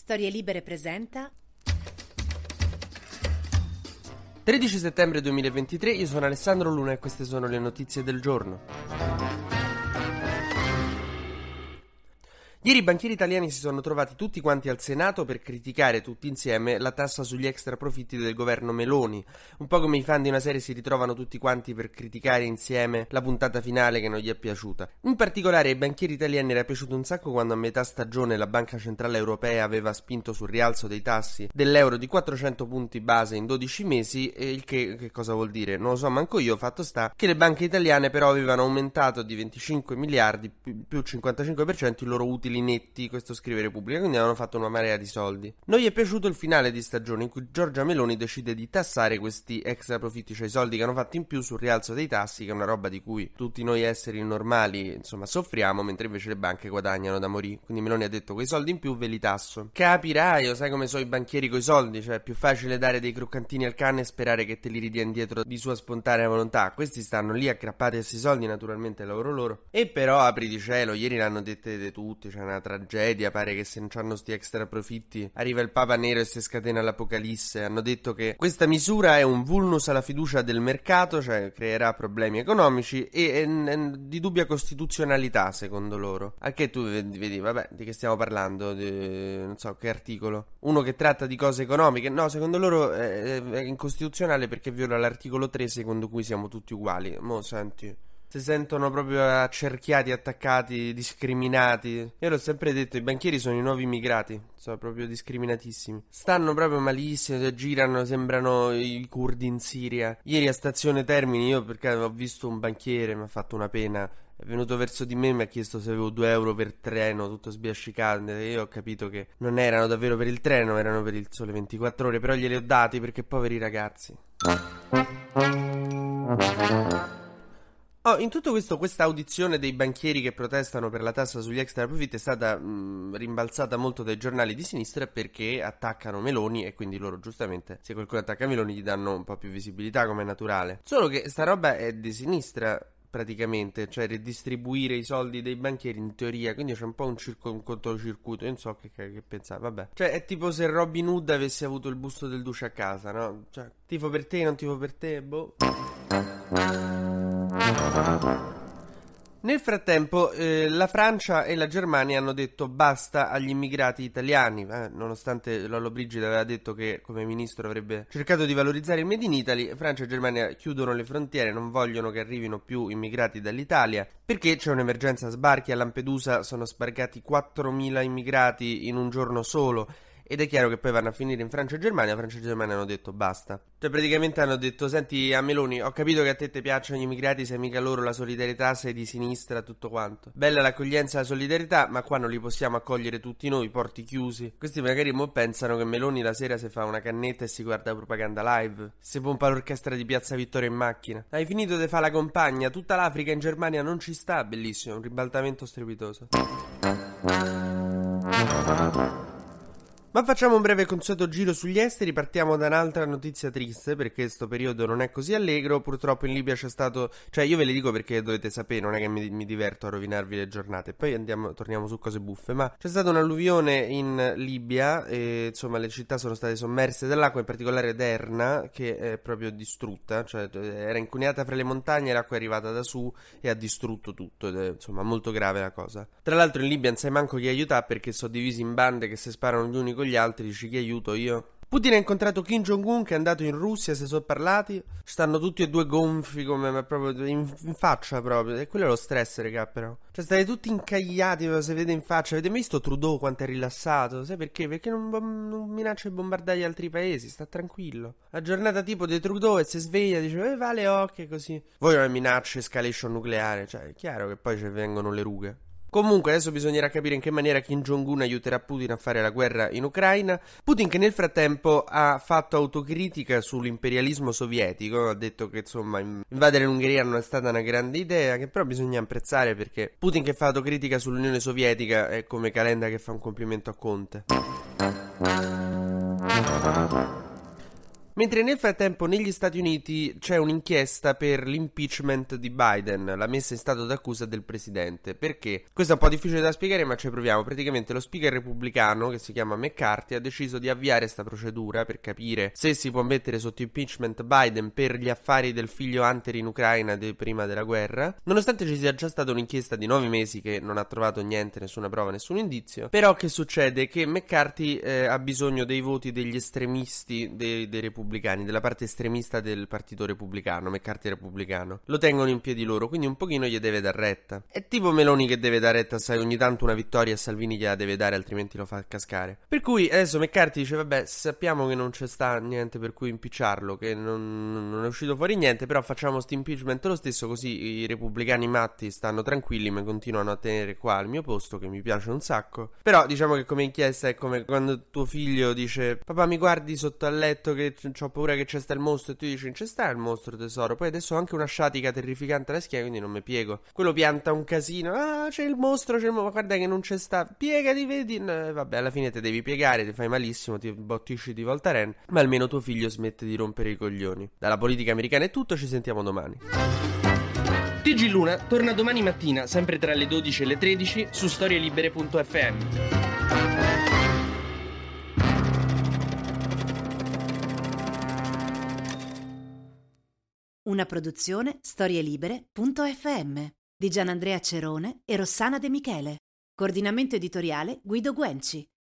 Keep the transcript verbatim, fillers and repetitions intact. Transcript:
Storie Libere presenta tredici settembre duemilaventitré, io sono Alessandro Luna e queste sono le notizie del giorno. Ieri i banchieri italiani si sono trovati tutti quanti al Senato per criticare tutti insieme la tassa sugli extra profitti del governo Meloni, un po' come i fan di una serie si ritrovano tutti quanti per criticare insieme la puntata finale che non gli è piaciuta. In particolare ai banchieri italiani era piaciuto un sacco quando a metà stagione la Banca Centrale Europea aveva spinto sul rialzo dei tassi dell'euro di quattrocento punti base in dodici mesi, e il che, che cosa vuol dire? Non lo so manco io, fatto sta che le banche italiane però avevano aumentato di venticinque miliardi più, più cinquantacinque per cento i loro utili netti, questo scrive Repubblica, quindi avevano fatto una marea di soldi. Non gli è piaciuto il finale di stagione in cui Giorgia Meloni decide di tassare questi extra profitti, cioè i soldi che hanno fatto in più sul rialzo dei tassi, che è una roba di cui tutti noi esseri normali insomma soffriamo, mentre invece le banche guadagnano da morì. Quindi Meloni ha detto: quei soldi in più ve li tasso. Capirai, io sai come sono i banchieri coi soldi, cioè è più facile dare dei croccantini al cane e sperare che te li ridia indietro di sua spontanea volontà. Questi stanno lì accappati a questi soldi, naturalmente è lavoro loro. E però apri di cielo, ieri l'hanno dette di tutti, cioè una tragedia, pare che se non c'hanno sti extra profitti arriva il Papa Nero e si scatena l'apocalisse. Hanno detto che questa misura è un vulnus alla fiducia del mercato, cioè creerà problemi economici e, e, e di dubbia costituzionalità secondo loro. A che tu vedi, vedi, vabbè, di che stiamo parlando? Di, non so che articolo, uno che tratta di cose economiche. No, secondo loro è, è incostituzionale perché viola l'articolo tre secondo cui siamo tutti uguali. Mo' senti, si sentono proprio accerchiati, attaccati, discriminati. Io l'ho sempre detto, i banchieri sono i nuovi immigrati, sono proprio discriminatissimi. Stanno proprio malissimo, girano, sembrano i curdi in Siria. Ieri a Stazione Termini, io perché ho visto un banchiere, mi ha fatto una pena, è venuto verso di me e mi ha chiesto se avevo due euro per treno, tutto sbiascicato. E io ho capito che non erano davvero per il treno, erano per il Sole ventiquattro Ore, però glieli ho dati perché poveri ragazzi. Oh, in tutto questo, questa audizione dei banchieri che protestano per la tassa sugli extra profit è stata mh, rimbalzata molto dai giornali di sinistra perché attaccano Meloni e quindi loro giustamente, se qualcuno attacca Meloni, gli danno un po' più visibilità, come è naturale. Solo che sta roba è di sinistra praticamente, cioè ridistribuire i soldi dei banchieri in teoria, quindi c'è un po' un, circo, un controcircuito, io non so che, che, che pensare, vabbè. Cioè è tipo se Robin Hood avesse avuto il busto del duce a casa, no? Cioè, tifo per te, non tifo per te, boh. Nel frattempo eh, la Francia e la Germania hanno detto basta agli immigrati italiani, eh, nonostante Lollobrigida aveva detto che come ministro avrebbe cercato di valorizzare il Made in Italy. Francia e Germania chiudono le frontiere, non vogliono che arrivino più immigrati dall'Italia perché c'è un'emergenza sbarchi. A Lampedusa sono sbarcati quattromila immigrati in un giorno solo. Ed è chiaro che poi vanno a finire in Francia e Germania. Francia e Germania hanno detto basta. Cioè praticamente hanno detto: senti a Meloni, ho capito che a te ti piacciono gli immigrati, sei mica loro la solidarietà, sei di sinistra, tutto quanto. Bella l'accoglienza e la solidarietà, ma qua non li possiamo accogliere tutti noi, porti chiusi. Questi magari mo pensano che Meloni la sera si fa una cannetta e si guarda propaganda live, si pompa l'orchestra di Piazza Vittorio in macchina. Hai finito di fare la compagna, tutta l'Africa in Germania non ci sta, bellissimo, un ribaltamento strepitoso. Ma facciamo un breve consueto giro sugli esteri, partiamo da un'altra notizia triste perché questo periodo non è così allegro. Purtroppo in Libia c'è stato, cioè io ve le dico perché dovete sapere, non è che mi, mi diverto a rovinarvi le giornate, poi andiamo, torniamo su cose buffe, ma c'è stata un'alluvione in Libia e insomma le città sono state sommerse dall'acqua, in particolare Derna che è proprio distrutta, cioè era incuneata fra le montagne, l'acqua è arrivata da su e ha distrutto tutto ed è insomma molto grave la cosa. Tra l'altro in Libia non sai manco chi aiuta perché sono divisi in bande che si sparano gli uni con gli altri, dici chi aiuto io? Putin ha incontrato Kim Jong-un che è andato in Russia, si sono parlati, stanno tutti e due gonfi come ma proprio in, in faccia proprio, e quello è lo stress raga però, cioè state tutti incagliati, si vede in faccia. Avete mai visto Trudeau quanto è rilassato? Sai perché? Perché non, non minaccia di bombardare gli altri paesi, sta tranquillo. La giornata tipo di Trudeau e si sveglia, dice eh vale occhio così. Voi non minacce escalation nucleare, cioè è chiaro che poi ci vengono le rughe. Comunque adesso bisognerà capire in che maniera Kim Jong-un aiuterà Putin a fare la guerra in Ucraina. Putin che nel frattempo ha fatto autocritica sull'imperialismo sovietico, ha detto che insomma invadere l'Ungheria non è stata una grande idea, che però bisogna apprezzare perché Putin che fa autocritica sull'Unione Sovietica è come Calenda che fa un complimento a Conte. Mentre nel frattempo negli Stati Uniti c'è un'inchiesta per l'impeachment di Biden, la messa in stato d'accusa del presidente. Perché? Questo è un po' difficile da spiegare, ma ci proviamo. Praticamente lo speaker repubblicano, che si chiama McCarthy, ha deciso di avviare questa procedura per capire se si può mettere sotto impeachment Biden per gli affari del figlio Hunter in Ucraina de- prima della guerra. Nonostante ci sia già stata un'inchiesta di nove mesi che non ha trovato niente, nessuna prova, nessun indizio. Però che succede? Che McCarthy eh, ha bisogno dei voti degli estremisti dei, dei repubblicani, della parte estremista del partito repubblicano, McCarthy repubblicano. Lo tengono in piedi loro, quindi un pochino gli deve dar retta. È tipo Meloni che deve dare retta, sai, ogni tanto una vittoria a Salvini gliela deve dare, altrimenti lo fa cascare. Per cui adesso McCarthy dice, vabbè, sappiamo che non c'è sta niente per cui impicciarlo, che non, non è uscito fuori niente, però facciamo sto impeachment lo stesso, così i repubblicani matti stanno tranquilli, ma continuano a tenere qua al mio posto, che mi piace un sacco. Però diciamo che come inchiesta è come quando tuo figlio dice, papà mi guardi sotto al letto che ho paura che c'è sta il mostro, e tu dici, non c'è sta il mostro tesoro, poi adesso ho anche una sciatica terrificante alla schiena, quindi non mi piego. Quello pianta un casino, ah c'è il mostro, c'è il mostro, ma guarda che non c'è sta, piegati, vedi, no, vabbè, alla fine te devi piegare, ti fai malissimo, ti bottisci di Voltaren, ma almeno tuo figlio smette di rompere i coglioni. Dalla politica americana è tutto, ci sentiamo domani. T G Luna torna domani mattina, sempre tra le dodici e le tredici, su storielibere punto effe emme. Una produzione storielibere punto effe emme di Gianandrea Cerone e Rossana De Michele. Coordinamento editoriale Guido Guenci.